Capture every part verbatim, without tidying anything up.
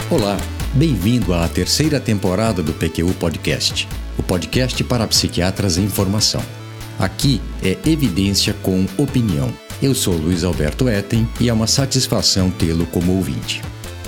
Olá, bem-vindo à terceira temporada do P Q U Podcast, o podcast para psiquiatras em formação. Aqui é evidência com opinião. Eu sou Luiz Alberto Etten e é uma satisfação tê-lo como ouvinte.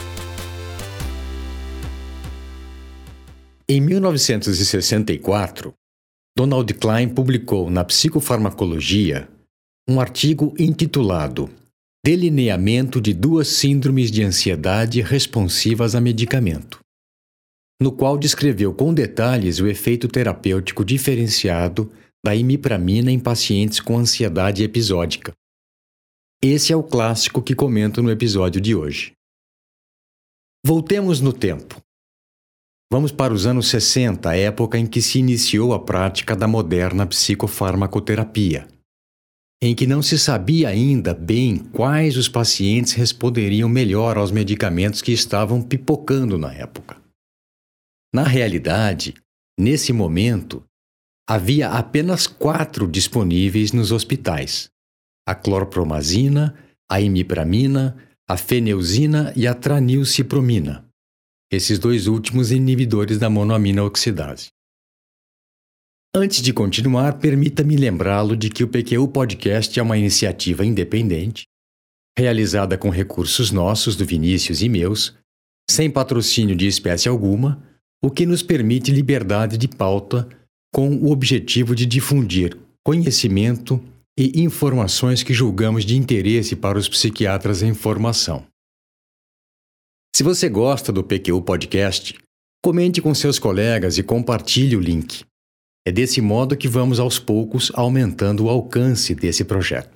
Em mil novecentos e sessenta e quatro, Donald Klein publicou na Psicofarmacologia um artigo intitulado Delineamento de duas síndromes de ansiedade responsivas a medicamento, no qual descreveu com detalhes o efeito terapêutico diferenciado da imipramina em pacientes com ansiedade episódica. Esse é o clássico que comento no episódio de hoje. Voltemos no tempo. Vamos para os anos sessenta, a época em que se iniciou a prática da moderna psicofarmacoterapia, em que não se sabia ainda bem quais os pacientes responderiam melhor aos medicamentos que estavam pipocando na época. Na realidade, nesse momento, havia apenas quatro disponíveis nos hospitais: a clorpromazina, a imipramina, a feneuzina e a tranilcipromina, esses dois últimos inibidores da monoamina oxidase. Antes de continuar, permita-me lembrá-lo de que o P Q U Podcast é uma iniciativa independente, realizada com recursos nossos, do Vinícius e meus, sem patrocínio de espécie alguma, o que nos permite liberdade de pauta com o objetivo de difundir conhecimento e informações que julgamos de interesse para os psiquiatras em formação. Se você gosta do P Q U Podcast, comente com seus colegas e compartilhe o link. É desse modo que vamos aos poucos aumentando o alcance desse projeto.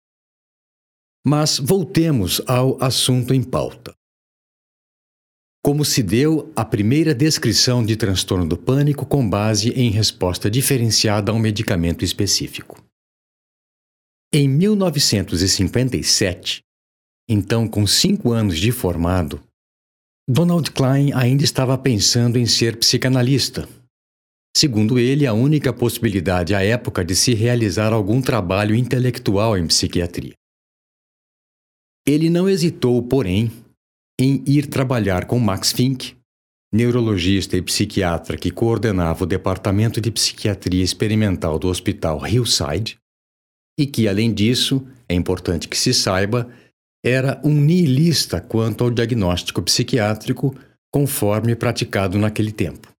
Mas voltemos ao assunto em pauta. Como se deu a primeira descrição de transtorno do pânico com base em resposta diferenciada a um medicamento específico? Em mil novecentos e cinquenta e sete, então com cinco anos de formado, Donald Klein ainda estava pensando em ser psicanalista. Segundo ele, a única possibilidade à época de se realizar algum trabalho intelectual em psiquiatria. Ele não hesitou, porém, em ir trabalhar com Max Fink, neurologista e psiquiatra que coordenava o Departamento de Psiquiatria Experimental do Hospital Hillside, e que, além disso, é importante que se saiba, era um nihilista quanto ao diagnóstico psiquiátrico conforme praticado naquele tempo.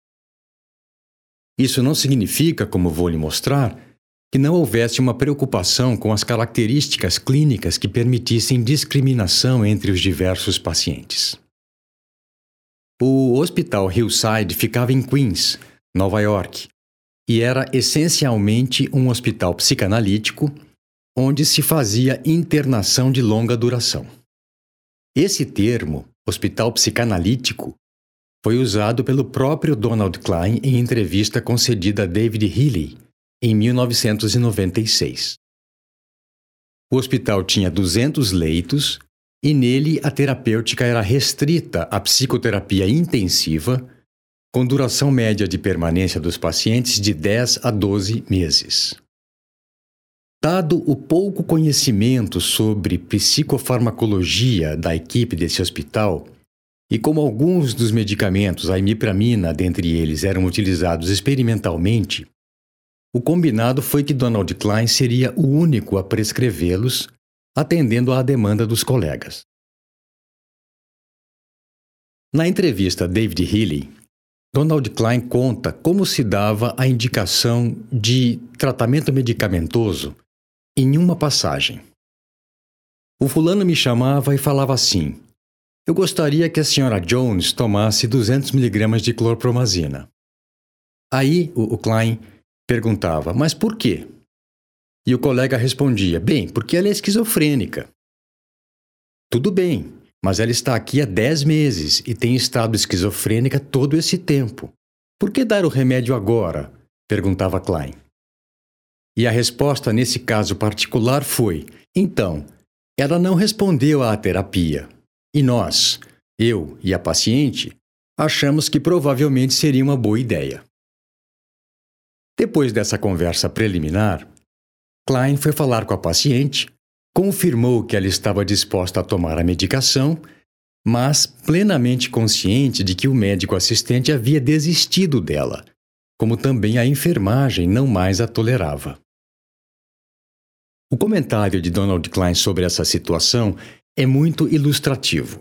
Isso não significa, como vou lhe mostrar, que não houvesse uma preocupação com as características clínicas que permitissem discriminação entre os diversos pacientes. O Hospital Hillside ficava em Queens, Nova York, e era essencialmente um hospital psicanalítico onde se fazia internação de longa duração. Esse termo, hospital psicanalítico, foi usado pelo próprio Donald Klein em entrevista concedida a David Healy, em mil novecentos e noventa e seis. O hospital tinha duzentos leitos e nele a terapêutica era restrita à psicoterapia intensiva, com duração média de permanência dos pacientes de dez a doze meses. Dado o pouco conhecimento sobre psicofarmacologia da equipe desse hospital, e como alguns dos medicamentos, a imipramina, dentre eles, eram utilizados experimentalmente, o combinado foi que Donald Klein seria o único a prescrevê-los, atendendo à demanda dos colegas. Na entrevista a David Healy, Donald Klein conta como se dava a indicação de tratamento medicamentoso em uma passagem. O fulano me chamava e falava assim: eu gostaria que a senhora Jones tomasse duzentos miligramas de clorpromazina. Aí o, o Klein perguntava, mas por quê? E o colega respondia, bem, porque ela é esquizofrênica. Tudo bem, mas ela está aqui há dez meses e tem estado esquizofrênica todo esse tempo. Por que dar o remédio agora? Perguntava Klein. E a resposta nesse caso particular foi, então, ela não respondeu à terapia. E nós, eu e a paciente, achamos que provavelmente seria uma boa ideia. Depois dessa conversa preliminar, Klein foi falar com a paciente, confirmou que ela estava disposta a tomar a medicação mas plenamente consciente de que o médico assistente havia desistido dela, como também a enfermagem não mais a tolerava. O comentário de Donald Klein sobre essa situação é muito ilustrativo.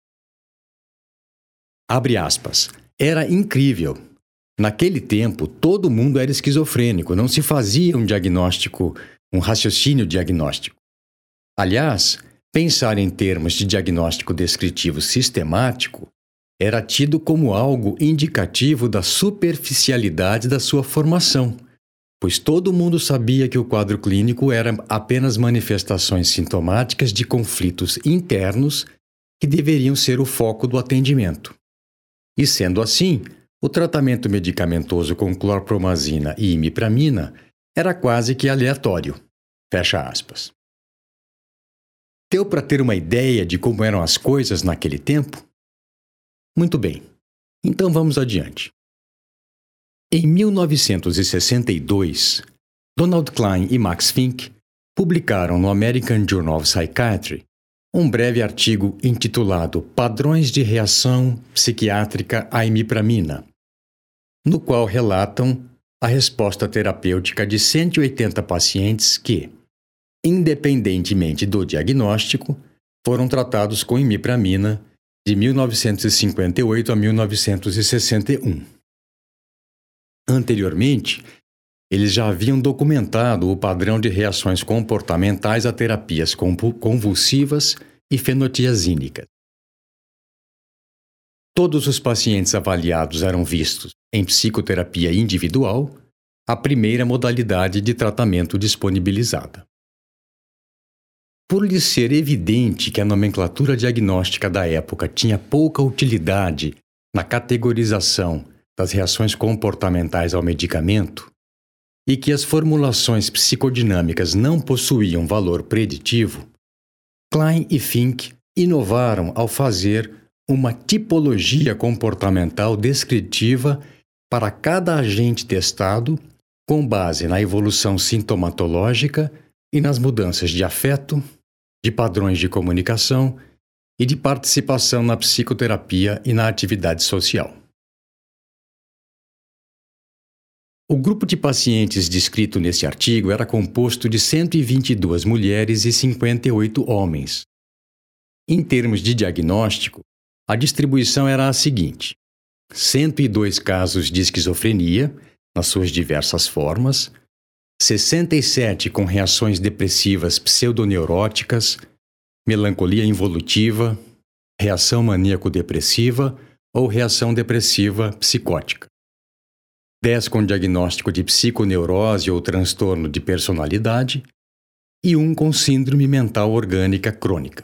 Abre aspas. Era incrível. Naquele tempo, todo mundo era esquizofrênico, não se fazia um diagnóstico, um raciocínio diagnóstico. Aliás, pensar em termos de diagnóstico descritivo sistemático era tido como algo indicativo da superficialidade da sua formação, pois todo mundo sabia que o quadro clínico era apenas manifestações sintomáticas de conflitos internos que deveriam ser o foco do atendimento. E sendo assim, o tratamento medicamentoso com clorpromazina e imipramina era quase que aleatório. Fecha aspas. Deu para ter uma ideia de como eram as coisas naquele tempo? Muito bem, então vamos adiante. Em mil novecentos e sessenta e dois, Donald Klein e Max Fink publicaram no American Journal of Psychiatry um breve artigo intitulado Padrões de Reação Psiquiátrica à Imipramina, no qual relatam a resposta terapêutica de cento e oitenta pacientes que, independentemente do diagnóstico, foram tratados com imipramina de mil novecentos e cinquenta e oito a mil novecentos e sessenta e um. Anteriormente, eles já haviam documentado o padrão de reações comportamentais a terapias convulsivas e fenotiazínicas. Todos os pacientes avaliados eram vistos em psicoterapia individual, a primeira modalidade de tratamento disponibilizada. Por lhe ser evidente que a nomenclatura diagnóstica da época tinha pouca utilidade na categorização das reações comportamentais ao medicamento e que as formulações psicodinâmicas não possuíam valor preditivo, Klein e Fink inovaram ao fazer uma tipologia comportamental descritiva para cada agente testado com base na evolução sintomatológica e nas mudanças de afeto, de padrões de comunicação e de participação na psicoterapia e na atividade social. O grupo de pacientes descrito neste artigo era composto de cento e vinte e duas mulheres e cinquenta e oito homens. Em termos de diagnóstico, a distribuição era a seguinte: cento e dois casos de esquizofrenia, nas suas diversas formas, sessenta e sete com reações depressivas pseudoneuróticas, melancolia involutiva, reação maníaco-depressiva ou reação depressiva psicótica. dez com diagnóstico de psiconeurose ou transtorno de personalidade e um com síndrome mental orgânica crônica.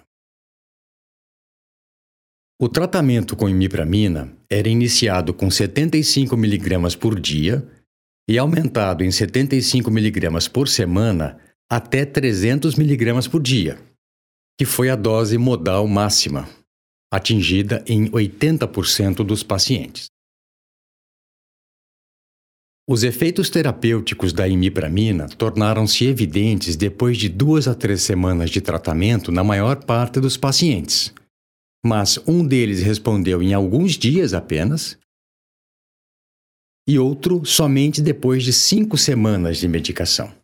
O tratamento com imipramina era iniciado com setenta e cinco miligramas por dia e aumentado em setenta e cinco miligramas por semana até trezentos miligramas por dia, que foi a dose modal máxima, atingida em oitenta por cento dos pacientes. Os efeitos terapêuticos da imipramina tornaram-se evidentes depois de duas a três semanas de tratamento na maior parte dos pacientes, mas um deles respondeu em alguns dias apenas e outro somente depois de cinco semanas de medicação.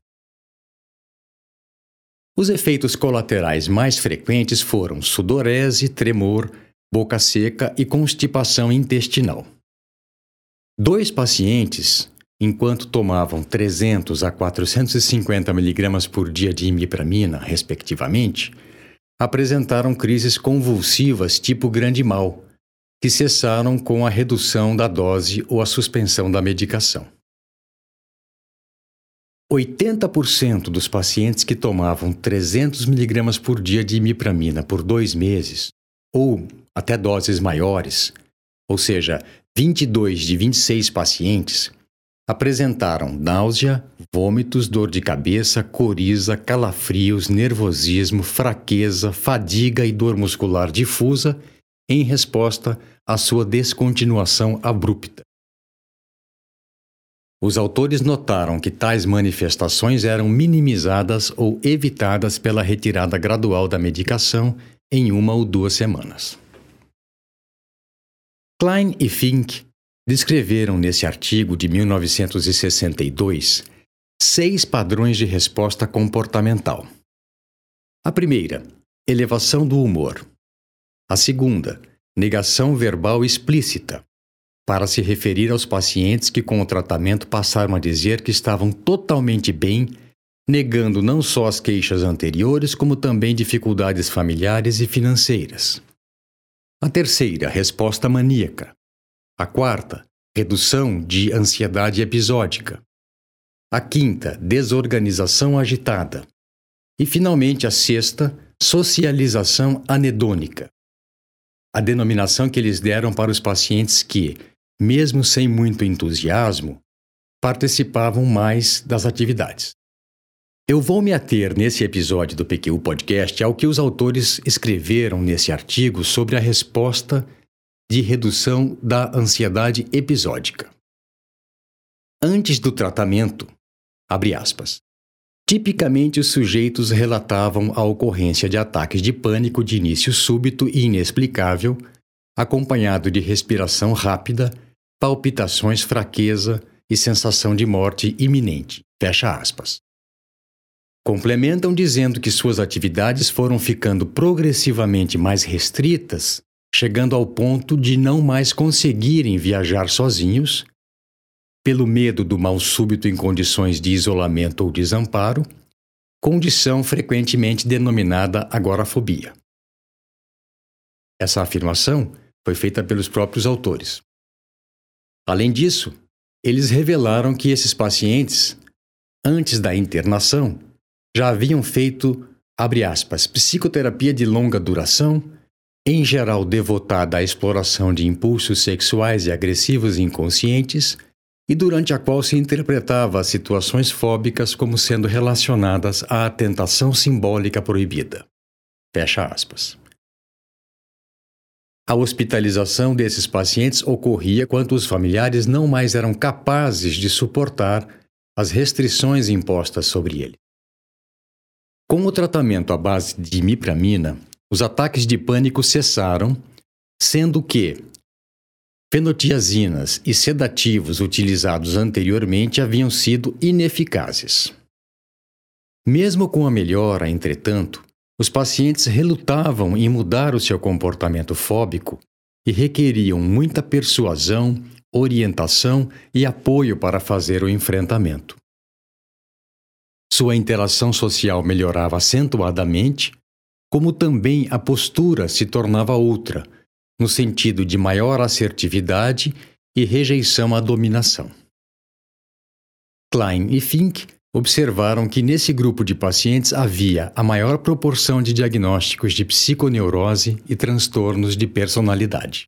Os efeitos colaterais mais frequentes foram sudorese, tremor, boca seca e constipação intestinal. Dois pacientes, enquanto tomavam trezentos a quatrocentos e cinquenta miligramas por dia de imipramina, respectivamente, apresentaram crises convulsivas tipo grande mal, que cessaram com a redução da dose ou a suspensão da medicação. oitenta por cento dos pacientes que tomavam trezentos miligramas por dia de imipramina por dois meses, ou até doses maiores, ou seja, vinte e dois de vinte e seis pacientes, apresentaram náusea, vômitos, dor de cabeça, coriza, calafrios, nervosismo, fraqueza, fadiga e dor muscular difusa em resposta à sua descontinuação abrupta. Os autores notaram que tais manifestações eram minimizadas ou evitadas pela retirada gradual da medicação em uma ou duas semanas. Klein e Fink descreveram nesse artigo de mil novecentos e sessenta e dois seis padrões de resposta comportamental. A primeira, elevação do humor. A segunda, negação verbal explícita, para se referir aos pacientes que com o tratamento passaram a dizer que estavam totalmente bem, negando não só as queixas anteriores, como também dificuldades familiares e financeiras. A terceira, resposta maníaca. A quarta, redução de ansiedade episódica. A quinta, desorganização agitada. E, finalmente, a sexta, socialização anedônica. A denominação que eles deram para os pacientes que, mesmo sem muito entusiasmo, participavam mais das atividades. Eu vou me ater nesse episódio do P Q U Podcast ao que os autores escreveram nesse artigo sobre a resposta de redução da ansiedade episódica. Antes do tratamento, abre aspas, tipicamente os sujeitos relatavam a ocorrência de ataques de pânico de início súbito e inexplicável, acompanhado de respiração rápida, palpitações, fraqueza e sensação de morte iminente. Fecha aspas. Complementam dizendo que suas atividades foram ficando progressivamente mais restritas, chegando ao ponto de não mais conseguirem viajar sozinhos, pelo medo do mal súbito em condições de isolamento ou desamparo, condição frequentemente denominada agorafobia. Essa afirmação foi feita pelos próprios autores. Além disso, eles revelaram que esses pacientes, antes da internação, já haviam feito, abre aspas, psicoterapia de longa duração, em geral devotada à exploração de impulsos sexuais e agressivos inconscientes, e durante a qual se interpretava as situações fóbicas como sendo relacionadas à tentação simbólica proibida. Fecha aspas. A hospitalização desses pacientes ocorria quando os familiares não mais eram capazes de suportar as restrições impostas sobre ele. Com o tratamento à base de imipramina, os ataques de pânico cessaram, sendo que fenotiazinas e sedativos utilizados anteriormente haviam sido ineficazes. Mesmo com a melhora, entretanto, os pacientes relutavam em mudar o seu comportamento fóbico e requeriam muita persuasão, orientação e apoio para fazer o enfrentamento. Sua interação social melhorava acentuadamente, como também a postura se tornava outra, no sentido de maior assertividade e rejeição à dominação. Klein e Fink observaram que nesse grupo de pacientes havia a maior proporção de diagnósticos de psiconeurose e transtornos de personalidade.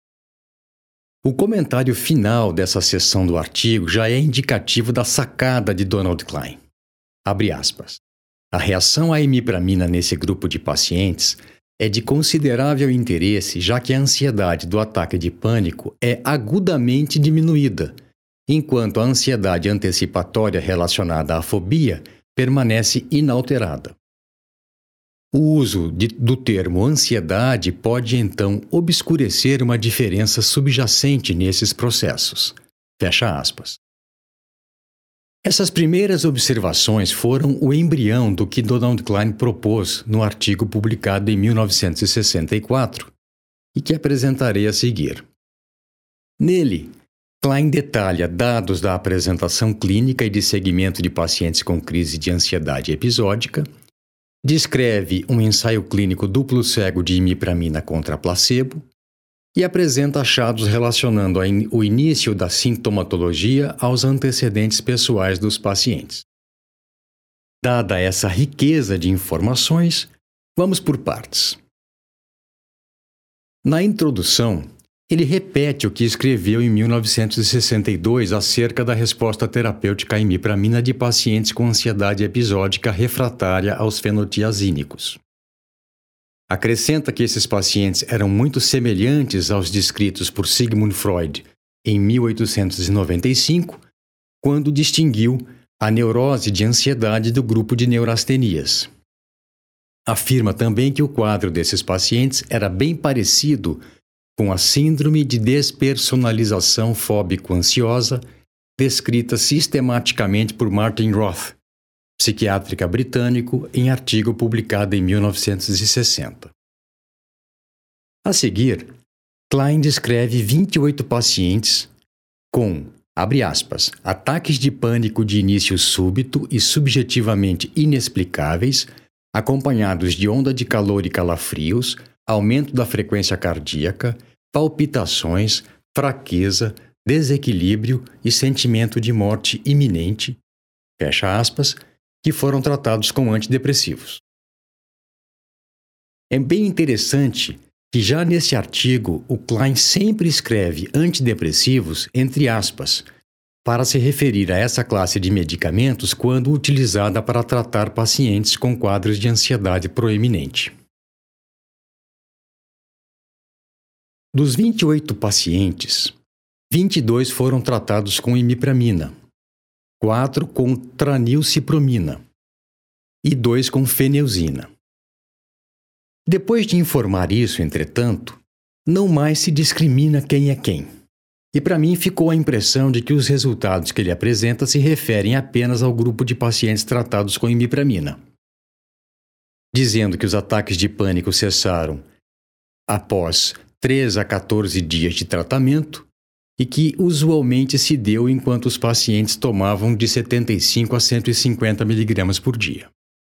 O comentário final dessa seção do artigo já é indicativo da sacada de Donald Klein. Abre aspas. A reação à imipramina nesse grupo de pacientes é de considerável interesse, já que a ansiedade do ataque de pânico é agudamente diminuída, enquanto a ansiedade antecipatória relacionada à fobia permanece inalterada. O uso de, do termo ansiedade pode, então, obscurecer uma diferença subjacente nesses processos. Fecha aspas. Essas primeiras observações foram o embrião do que Donald Klein propôs no artigo publicado em mil novecentos e sessenta e quatro e que apresentarei a seguir. Nele, Klein detalha dados da apresentação clínica e de segmento de pacientes com crise de ansiedade episódica, descreve um ensaio clínico duplo cego de imipramina contra placebo e apresenta achados relacionando in- o início da sintomatologia aos antecedentes pessoais dos pacientes. Dada essa riqueza de informações, vamos por partes. Na introdução, ele repete o que escreveu em mil novecentos e sessenta e dois acerca da resposta terapêutica à imipramina de pacientes com ansiedade episódica refratária aos fenotiazínicos. Acrescenta que esses pacientes eram muito semelhantes aos descritos por Sigmund Freud em mil oitocentos e noventa e cinco, quando distinguiu a neurose de ansiedade do grupo de neurastenias. Afirma também que o quadro desses pacientes era bem parecido com a síndrome de despersonalização fóbico-ansiosa, descrita sistematicamente por Martin Roth, psiquiátrica britânico, em artigo publicado em mil novecentos e sessenta. A seguir, Klein descreve vinte e oito pacientes com, abre aspas, ataques de pânico de início súbito e subjetivamente inexplicáveis, acompanhados de onda de calor e calafrios, aumento da frequência cardíaca, palpitações, fraqueza, desequilíbrio e sentimento de morte iminente, fecha aspas, que foram tratados com antidepressivos. É bem interessante que já nesse artigo o Klein sempre escreve antidepressivos entre aspas, para se referir a essa classe de medicamentos quando utilizada para tratar pacientes com quadros de ansiedade proeminente. Dos vinte e oito pacientes, vinte e dois foram tratados com imipramina, quatro com tranilcipromina e dois com feneuzina. Depois de informar isso, entretanto, não mais se discrimina quem é quem. E para mim ficou a impressão de que os resultados que ele apresenta se referem apenas ao grupo de pacientes tratados com imipramina, dizendo que os ataques de pânico cessaram após três a quatorze dias de tratamento e que usualmente se deu enquanto os pacientes tomavam de setenta e cinco a cento e cinquenta miligramas por dia.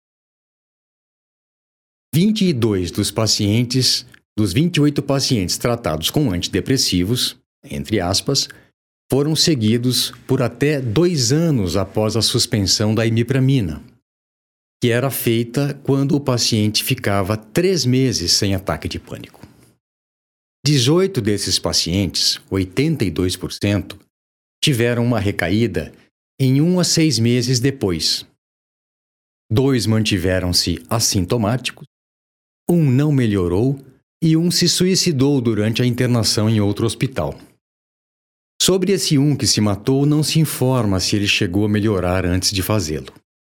vinte e dois dos pacientes, dos vinte e oito pacientes tratados com antidepressivos, entre aspas, foram seguidos por até dois anos após a suspensão da imipramina, que era feita quando o paciente ficava três meses sem ataque de pânico. dezoito desses pacientes, oitenta e dois por cento, tiveram uma recaída em um a seis meses depois. Dois mantiveram-se assintomáticos, um não melhorou e um se suicidou durante a internação em outro hospital. Sobre esse um que se matou, não se informa se ele chegou a melhorar antes de fazê-lo.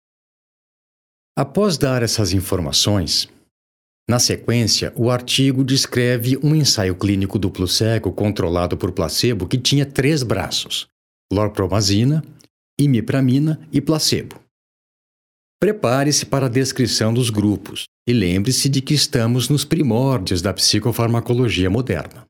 Após dar essas informações, na sequência, o artigo descreve um ensaio clínico duplo cego controlado por placebo que tinha três braços: clorpromazina, imipramina e placebo. Prepare-se para a descrição dos grupos e lembre-se de que estamos nos primórdios da psicofarmacologia moderna.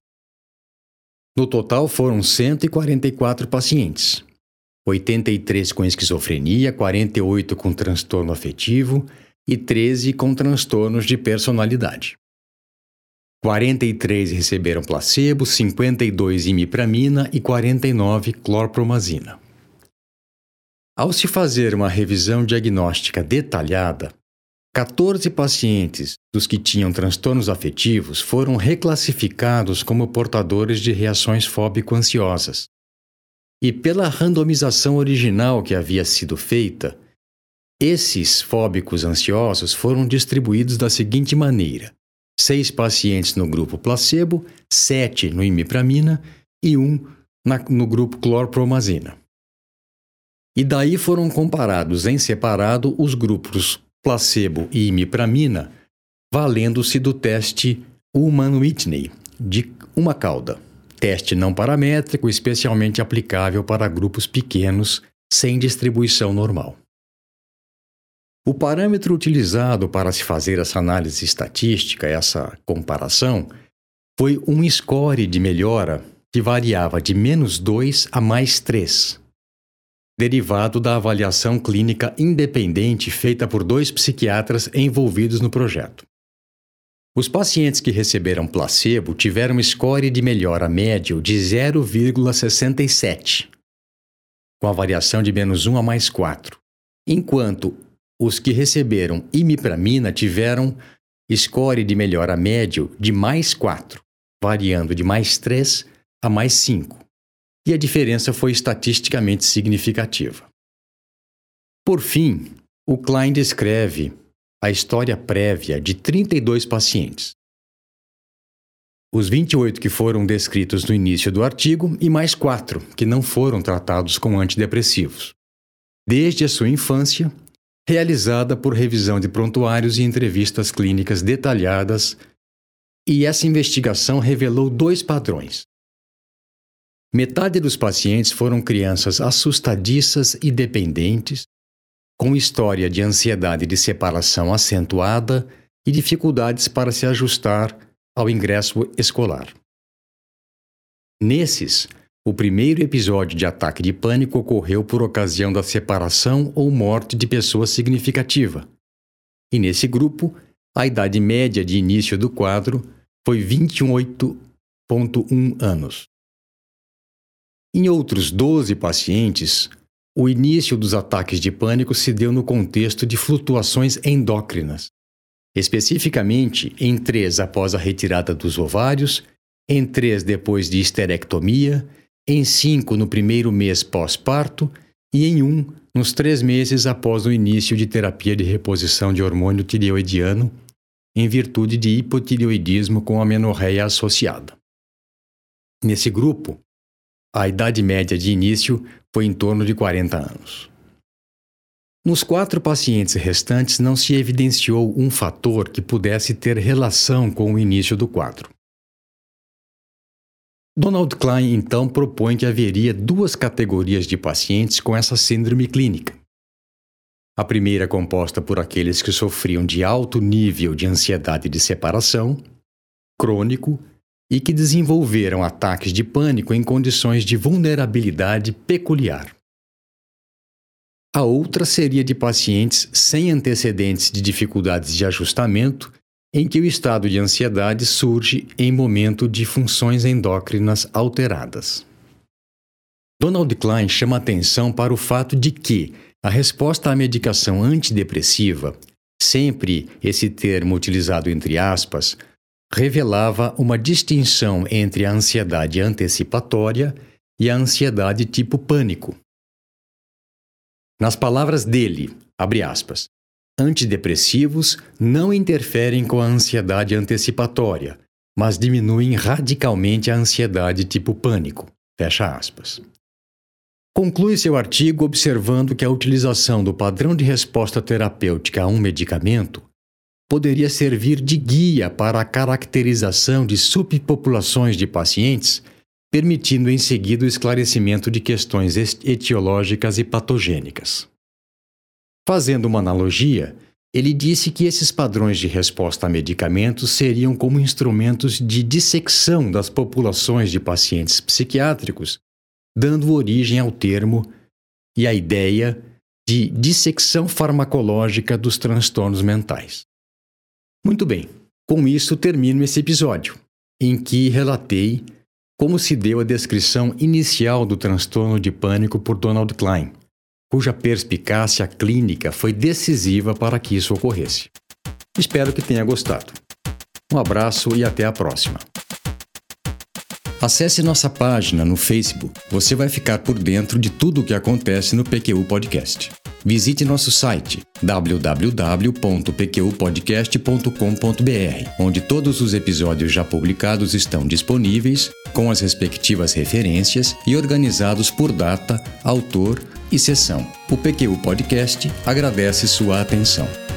No total foram cento e quarenta e quatro pacientes, oitenta e três com esquizofrenia, quarenta e oito com transtorno afetivo e treze com transtornos de personalidade. quarenta e três receberam placebo, cinquenta e dois imipramina e quarenta e nove clorpromazina. Ao se fazer uma revisão diagnóstica detalhada, quatorze pacientes dos que tinham transtornos afetivos foram reclassificados como portadores de reações fóbico-ansiosas. E pela randomização original que havia sido feita, esses fóbicos ansiosos foram distribuídos da seguinte maneira: seis pacientes no grupo placebo, sete no imipramina e um na, no grupo clorpromazina. E daí foram comparados em separado os grupos placebo e imipramina, valendo-se do teste Ullmann-Whitney, de uma cauda, teste não paramétrico especialmente aplicável para grupos pequenos sem distribuição normal. O parâmetro utilizado para se fazer essa análise estatística, essa comparação, foi um score de melhora que variava de menos dois a mais três, derivado da avaliação clínica independente feita por dois psiquiatras envolvidos no projeto. Os pacientes que receberam placebo tiveram score de melhora médio de zero vírgula sessenta e sete, com a variação de menos um a mais quatro, enquanto os que receberam imipramina tiveram score de melhora médio de mais quatro, variando de mais três a mais cinco. E a diferença foi estatisticamente significativa. Por fim, o Klein descreve a história prévia de trinta e dois pacientes. Os vinte e oito que foram descritos no início do artigo e mais quatro que não foram tratados com antidepressivos, desde a sua infância, realizada por revisão de prontuários e entrevistas clínicas detalhadas E essa investigação revelou dois padrões. Metade dos pacientes foram crianças assustadiças e dependentes, com história de ansiedade de separação acentuada e dificuldades para se ajustar ao ingresso escolar. Nesses, o primeiro episódio de ataque de pânico ocorreu por ocasião da separação ou morte de pessoa significativa. E nesse grupo, a idade média de início do quadro foi vinte e oito vírgula um anos. Em outros doze pacientes, o início dos ataques de pânico se deu no contexto de flutuações endócrinas, especificamente em três após a retirada dos ovários, em três depois de histerectomia, em cinco no primeiro mês pós-parto e em um nos três meses após o início de terapia de reposição de hormônio tireoidiano, em virtude de hipotireoidismo com amenorreia associada. Nesse grupo, a idade média de início foi em torno de quarenta anos. Nos quatro pacientes restantes não se evidenciou um fator que pudesse ter relação com o início do quadro. Donald Klein, então, propõe que haveria duas categorias de pacientes com essa síndrome clínica. A primeira composta por aqueles que sofriam de alto nível de ansiedade de separação, crônico, e que desenvolveram ataques de pânico em condições de vulnerabilidade peculiar. A outra seria de pacientes sem antecedentes de dificuldades de ajustamento, em que o estado de ansiedade surge em momento de funções endócrinas alteradas. Donald Klein chama atenção para o fato de que a resposta à medicação antidepressiva, sempre esse termo utilizado entre aspas, revelava uma distinção entre a ansiedade antecipatória e a ansiedade tipo pânico. Nas palavras dele, abre aspas, antidepressivos não interferem com a ansiedade antecipatória, mas diminuem radicalmente a ansiedade tipo pânico, fecha aspas. Conclui seu artigo observando que a utilização do padrão de resposta terapêutica a um medicamento poderia servir de guia para a caracterização de subpopulações de pacientes, permitindo em seguida o esclarecimento de questões etiológicas e patogênicas. Fazendo uma analogia, ele disse que esses padrões de resposta a medicamentos seriam como instrumentos de dissecção das populações de pacientes psiquiátricos, dando origem ao termo e à ideia de dissecção farmacológica dos transtornos mentais. Muito bem, com isso termino esse episódio, em que relatei como se deu a descrição inicial do transtorno de pânico por Donald Klein, cuja perspicácia clínica foi decisiva para que isso ocorresse. Espero que tenha gostado. Um abraço e até a próxima. Acesse nossa página no Facebook. Você vai ficar por dentro de tudo o que acontece no P Q U Podcast. Visite nosso site w w w ponto p q u podcast ponto com ponto b r, onde todos os episódios já publicados estão disponíveis, com as respectivas referências e organizados por data, autor e sessão. O P Q U Podcast agradece sua atenção.